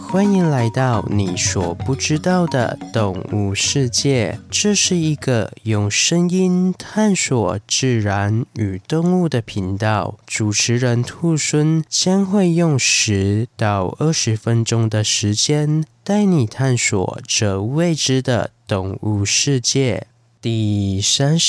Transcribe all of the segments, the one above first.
欢迎来到你所不知道的动物世界。这是一个用声音探索自然与动物的频道。主持人兔狲将会用10到20分钟的时间，带你探索这未知的动物世界。第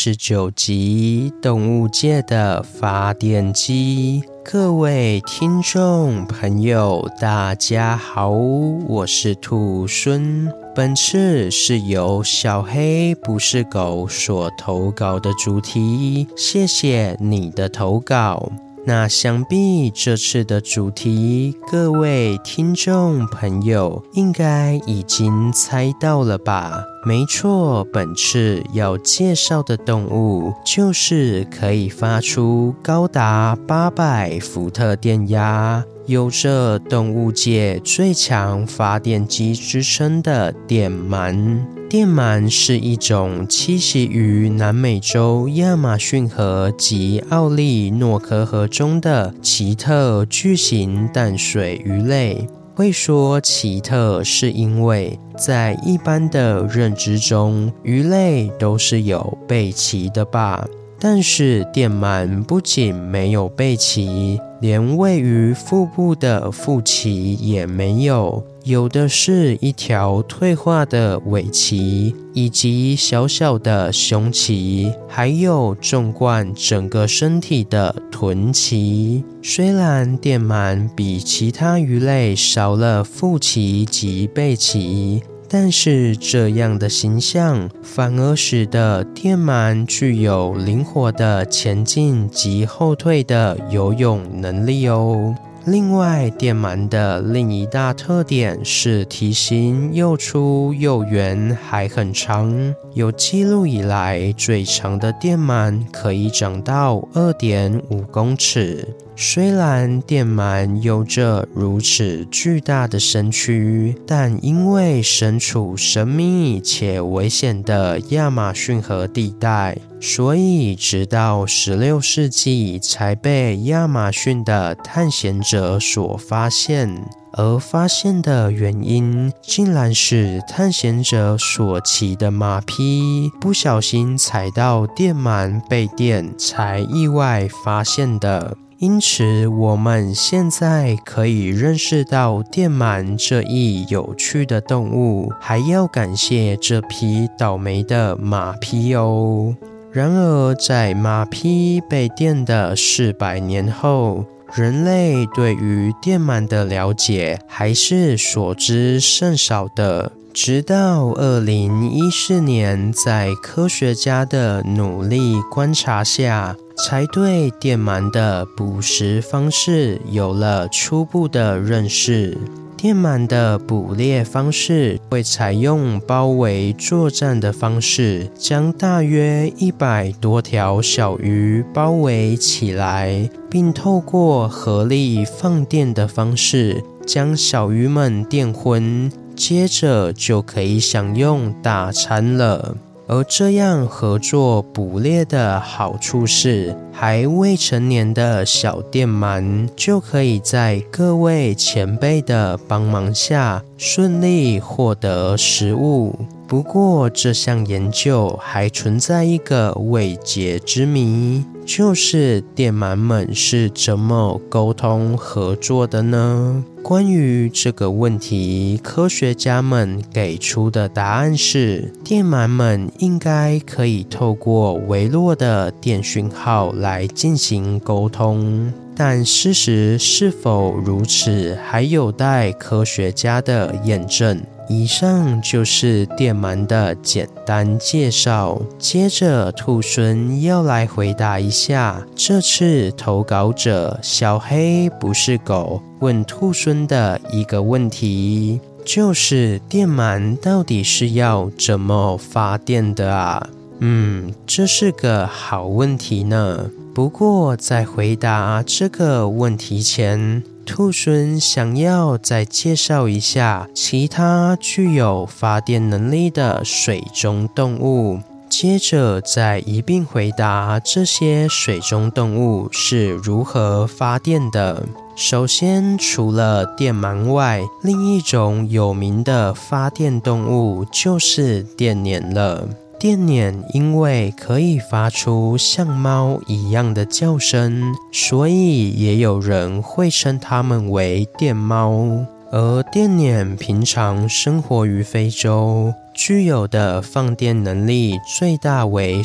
39集，动物界的发电机。各位听众朋友，大家好，我是兔狲。本次是由小黑不是狗所投稿的主题，谢谢你的投稿。那想必这次的主题，各位听众朋友应该已经猜到了吧？没错，本次要介绍的动物就是可以发出高达800伏特电压，有着动物界最强发电机之称的电鳗。电鳗是一种栖息于南美洲亚马逊河及奥利诺科河中的奇特巨型淡水鱼类。会说奇特是因为在一般的认知中，鱼类都是有背鳍的吧？但是电鳗不仅没有背鳍，连位于腹部的腹鳍也没有，有的是一条退化的尾鳍，以及小小的胸鳍，还有纵贯整个身体的臀鳍。虽然电鳗比其他鱼类少了腹鳍及背鳍，但是这样的形象反而使得电鳗具有灵活的前进及后退的游泳能力哦。另外，电鳗的另一大特点是体型又粗又圆，还很长。有记录以来最长的电鳗可以长到2.5公尺。虽然电鳗有着如此巨大的身躯，但因为身处神秘且危险的亚马逊河地带，所以直到16世纪才被亚马逊的探险者所发现。而发现的原因竟然是探险者所骑的马匹不小心踩到电鳗被电，才意外发现的。因此我们现在可以认识到电鳗这一有趣的动物，还要感谢这匹倒霉的马匹哦。然而在马匹被电的400年后，人类对于电鳗的了解还是所知甚少的。直到2014年，在科学家的努力观察下，才对电鳗的捕食方式有了初步的认识。电鳗的捕猎方式会采用包围作战的方式，将大约100多条小鱼包围起来，并透过合力放电的方式将小鱼们电昏，接着就可以享用大餐了。而这样合作捕猎的好处是，还未成年的小电鳗就可以在各位前辈的帮忙下顺利获得食物。不过这项研究还存在一个未解之谜，就是电鳗们是怎么沟通合作的呢？关于这个问题，科学家们给出的答案是，电鳗们应该可以透过微弱的电讯号来进行沟通，但事实是否如此，还有待科学家的验证。以上就是电鳗的简单介绍，接着兔狲要来回答一下这次投稿者小黑不是狗问兔狲的一个问题，就是电鳗到底是要怎么发电的啊？这是个好问题呢。不过在回答这个问题前，兔狲想要再介绍一下其他具有发电能力的水中动物。 接着再一并回答这些水中动物是如何发电的。首先，除了电鳗外，另一种有名的发电动物就是电鲶了。电鲶因为可以发出像猫一样的叫声，所以也有人会称它们为电猫。而电鲶平常生活于非洲，具有的放电能力最大为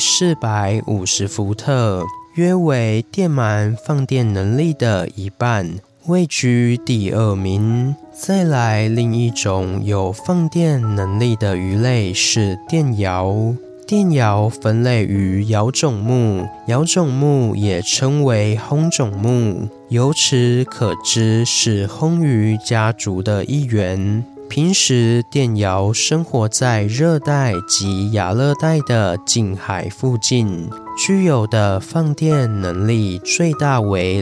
450伏特，约为电鳗放电能力的一半，位居第2名。再来，另一种有放电能力的鱼类是电鳐。电鳐分类于鳐种目，鳐种目也称为轰种目，由此可知是轰鱼家族的一员。平时电鳐生活在热带及亚热带的近海附近，具有的放电能力最大为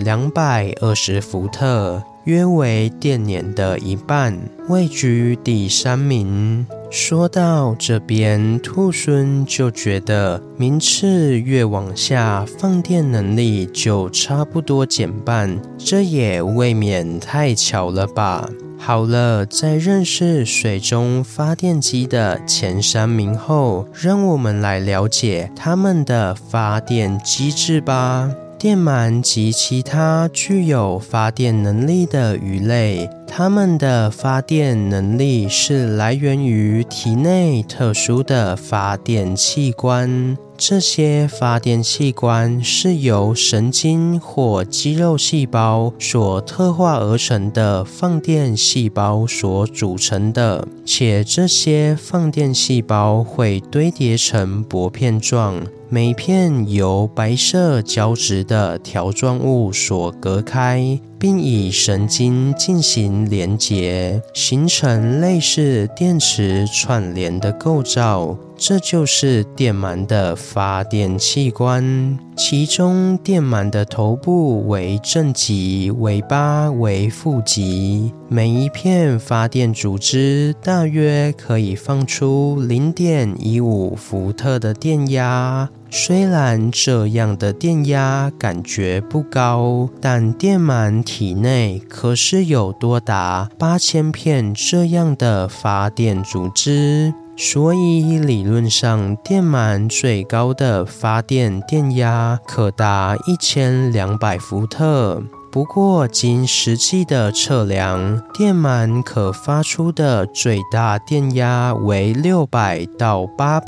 220伏特，约为电鲶的一半，位居第3名。说到这边，兔孙就觉得名次越往下，放电能力就差不多减半，这也未免太巧了吧。好了，在认识水中发电机的前3名后，让我们来了解它们的发电机制吧。电鳗及其他具有发电能力的鱼类，它们的发电能力是来源于体内特殊的发电器官。这些发电器官是由神经或肌肉细胞所特化而成的放电细胞所组成的，且这些放电细胞会堆叠成薄片状，每片由白色胶质的条状物所隔开，并以神经进行连结，形成类似电池串联的构造。这就是电鳗的发电器官，其中电鳗的头部为正极，尾巴为负极。每一片发电组织大约可以放出 0.15 伏特的电压。虽然这样的电压感觉不高，但电鳗体内可是有多达8000片这样的发电组织。所以理论上，电鳗最高的发电电压可达1200伏特。不过经实际的测量，电鳗可发出的最大电压为600到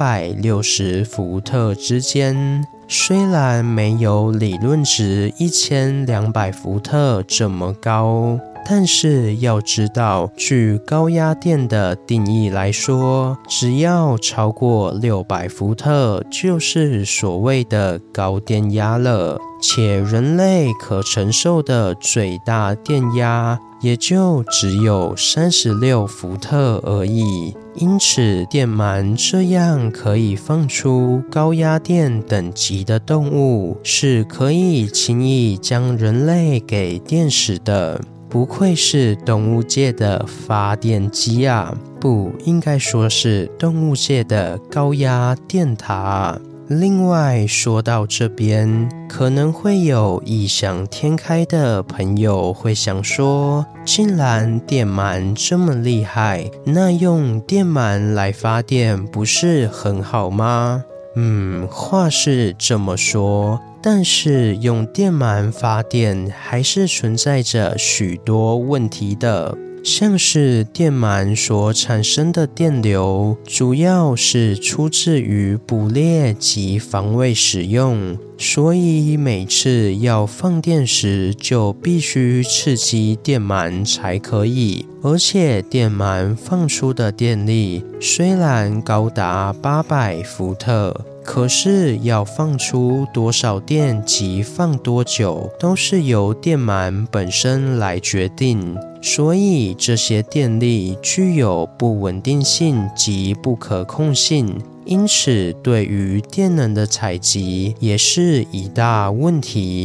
860伏特之间。虽然没有理论值1200伏特这么高，但是要知道，据高压电的定义来说，只要超过600伏特就是所谓的高电压了，且人类可承受的最大电压也就只有36伏特而已。因此，电鳗这样可以放出高压电等级的动物，是可以轻易将人类给电死的。不愧是动物界的发电机啊，不应该说是动物界的高压电塔。另外说到这边，可能会有异想天开的朋友会想说，既然电鳗这么厉害，那用电鳗来发电不是很好吗？话是这么说，但是用电鳗发电还是存在着许多问题的。像是电鳗所产生的电流，主要是出自于捕猎及防卫使用，所以每次要放电时就必须刺激电鳗才可以。而且电鳗放出的电力虽然高达800伏特，可是要放出多少电及放多久，都是由电鳗本身来决定。所以这些电力具有不稳定性及不可控性，因此对于电能的采集也是一大问题。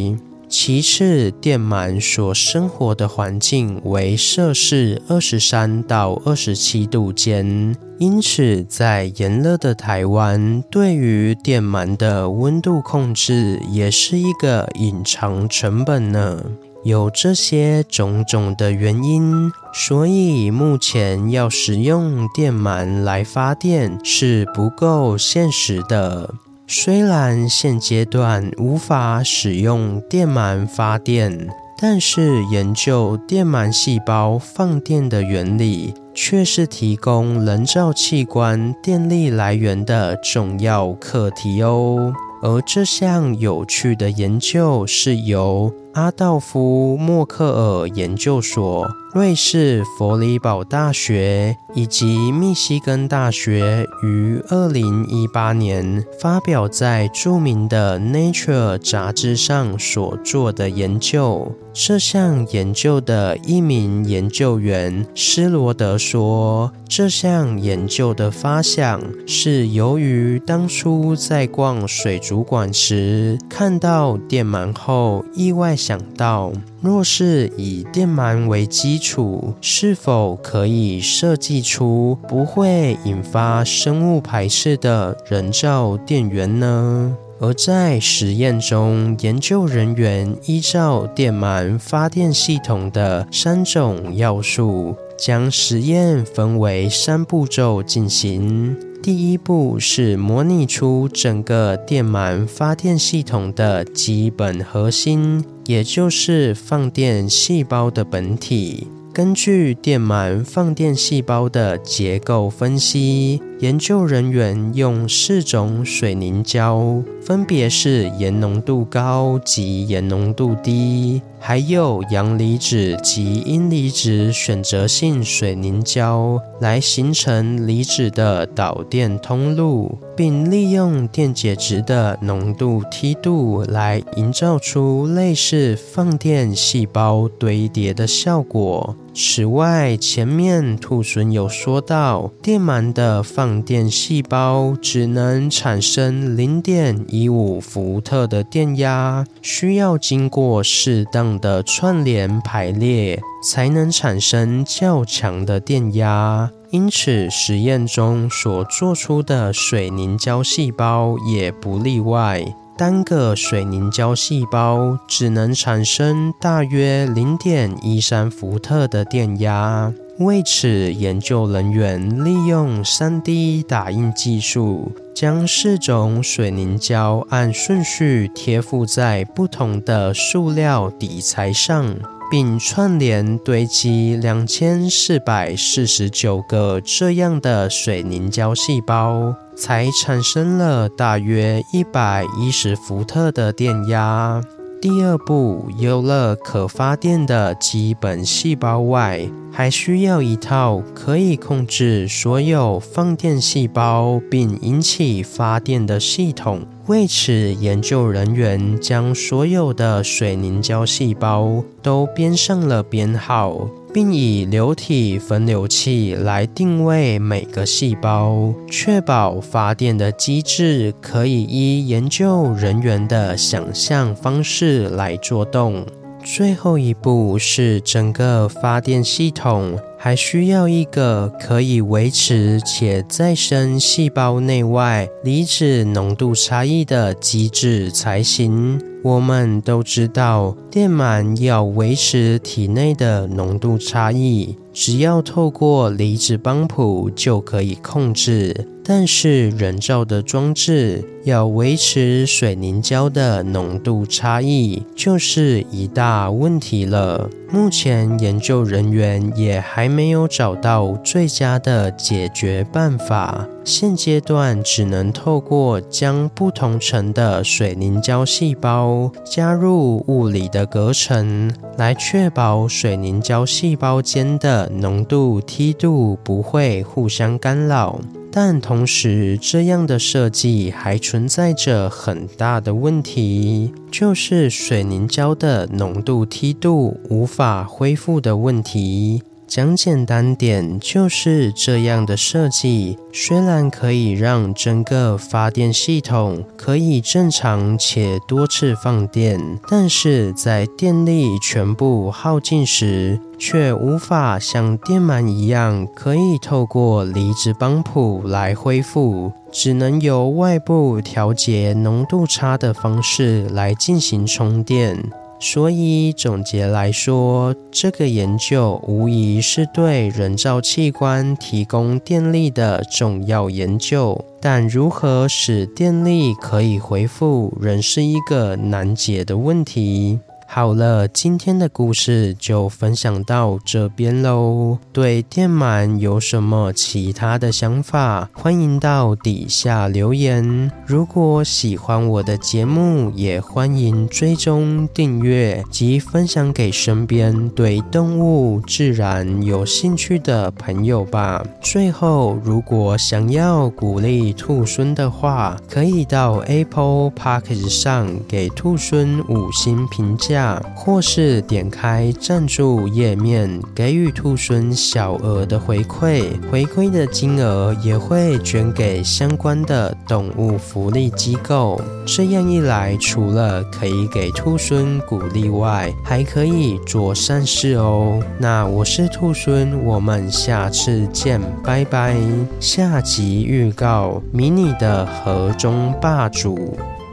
其次，电鳗所生活的环境为摄氏23到27度间，因此在炎热的台湾，对于电鳗的温度控制也是一个隐藏成本呢。有这些种种的原因，所以目前要使用电鳗来发电是不够现实的。虽然现阶段无法使用电鳗发电，但是研究电鳗细胞放电的原理，却是提供人造器官电力来源的重要课题哦。而这项有趣的研究是由阿道夫·默克尔研究所、瑞士佛里堡大学以及密西根大学于2018年发表在著名的 Nature 杂志上所做的研究。这项研究的一名研究员施罗德说，这项研究的发想是由于当初在逛水族馆时看到电鳗后，意外想到若是以电鳗为基础，是否可以设计出不会引发生物排斥的人造电源呢？而在实验中，研究人员依照电鳗发电系统的3种要素，将实验分为3步骤进行。第一步是模拟出整个电鳗发电系统的基本核心，也就是放电细胞的本体。根据电鳗放电细胞的结构分析，研究人员用4种水凝胶，分别是盐浓度高及盐浓度低，还有阳离子及阴离子选择性水凝胶，来形成离子的导电通路，并利用电解质的浓度梯度来营造出类似放电细胞堆叠的效果。此外，前面兔孙有说到，电鳗的放电细胞只能产生 0.15 伏特的电压，需要经过适当的串联排列，才能产生较强的电压。因此，实验中所做出的水凝胶细胞也不例外。单个水凝胶细胞只能产生大约 0.13 伏特的电压。为此，研究人员利用 3D 打印技术，将4种水凝胶按顺序贴附在不同的塑料底材上，并串联堆积2449个这样的水凝胶细胞，才产生了大约110伏特的电压。第二步，有了可发电的基本细胞外，还需要一套可以控制所有放电细胞并引起发电的系统。为此，研究人员将所有的水凝胶细胞都编上了编号，并以流体分流器来定位每个细胞，确保发电的机制可以依研究人员的想象方式来作动。最后一步是整个发电系统还需要一个可以维持且再生细胞内外离子浓度差异的机制才行。我们都知道，电鳗要维持体内的浓度差异，只要透过离子帮谱就可以控制。但是人造的装置要维持水凝胶的浓度差异，就是一大问题了。目前研究人员也还没有找到最佳的解决办法，现阶段只能透过将不同层的水凝胶细胞加入物理的隔层，来确保水凝胶细胞间的浓度梯度不会互相干扰。但同时，这样的设计还存在着很大的问题，就是水凝胶的浓度梯度无法恢复的问题。 讲简单点，就是这样的设计，虽然可以让整个发电系统可以正常且多次放电，但是在电力全部耗尽时，却无法像电鳗一样可以透过离子帮浦来恢复，只能由外部调节浓度差的方式来进行充电。所以总结来说，这个研究无疑是对人造器官提供电力的重要研究，但如何使电力可以恢复，仍是一个难解的问题。好了，今天的故事就分享到这边咯。对电鳗有什么其他的想法，欢迎到底下留言。如果喜欢我的节目，也欢迎追踪订阅及分享给身边对动物自然有兴趣的朋友吧。最后，如果想要鼓励兔狲的话，可以到 Apple Podcast 上给兔狲5星评价，或是点开赞助页面给予兔狲小额的回馈，回馈的金额也会捐给相关的动物福利机构。这样一来，除了可以给兔狲鼓励外，还可以做善事哦。那我是兔狲，我们下次见，拜拜。下集预告：迷你的河中霸主。